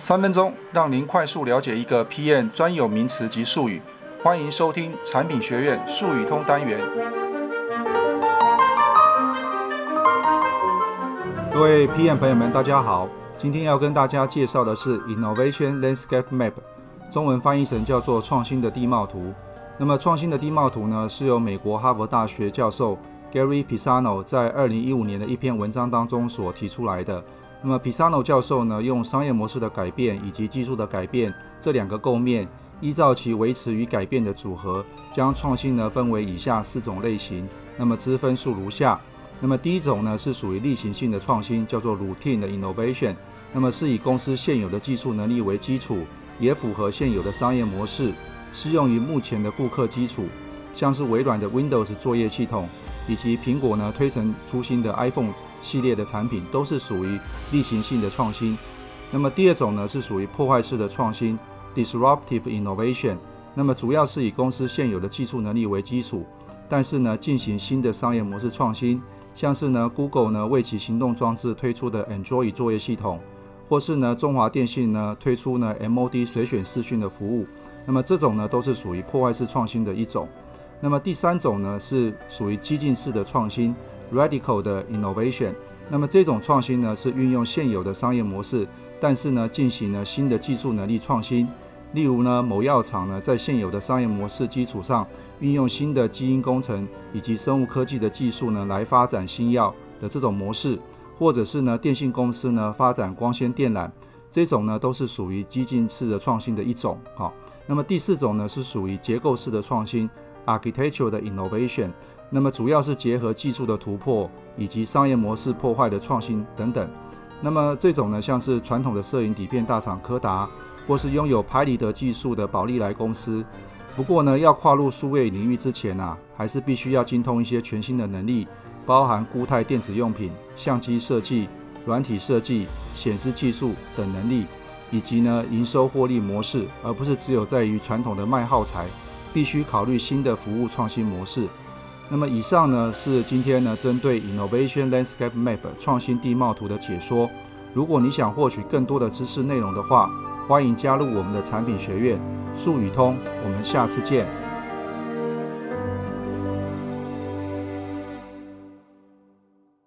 3分钟让您快速了解一个 PM 专有名词及术语。欢迎收听产品学院术语通单元。各位 PM 朋友们，大家好。今天要跟大家介绍的是 Innovation Landscape Map， 中文翻译成叫做创新的地貌图。那么创新的地貌图呢，是由美国哈佛大学教授 Gary Pisano 在2015年的一篇文章当中所提出来的。那么 Pisano 教授呢，用商业模式的改变以及技术的改变这两个构面，依照其维持与改变的组合，将创新呢分为以下4种类型。那么之分数如下。那么第一种呢是属于例行性的创新，叫做 routine 的 innovation。那么是以公司现有的技术能力为基础，也符合现有的商业模式，适用于目前的顾客基础，像是微软的 Windows 作业系统，以及苹果呢推陈出新的 iPhone 系列的产品，都是属于例行性的创新。那么第二种呢是属于破坏式的创新 disruptive innovation。那么主要是以公司现有的技术能力为基础，但是呢进行新的商业模式创新，像是呢 Google 呢为其行动装置推出的 Android 作业系统，或是呢中华电信呢推出呢 MOD 随选视讯的服务。那么这种呢都是属于破坏式创新的一种。那么第三种呢是属于激进式的创新 radical 的 innovation。那么这种创新呢是运用现有的商业模式，但是呢进行了新的技术能力创新。例如呢某药厂呢在现有的商业模式基础上，运用新的基因工程以及生物科技的技术呢来发展新药的这种模式，或者是呢电信公司呢发展光纤电缆，这种呢都是属于激进式的创新的一种。那么第4种呢是属于结构式的创新 architectural 的 innovation。那么主要是结合技术的突破以及商业模式破坏的创新等等。那么这种呢像是传统的摄影底片大厂柯达，或是拥有拍立得技术的宝丽来公司。不过呢要跨入数位领域之前还是必须要精通一些全新的能力，包含固态电子用品、相机设计、软体设计、显示技术等能力，以及呢营收获利模式，而不是只有在于传统的卖耗材，必须考虑新的服务创新模式。那么以上呢是今天呢针对 Innovation Landscape Map 创新地貌图的解说。如果你想获取更多的知识内容的话，欢迎加入我们的产品学院术语通。我们下次见。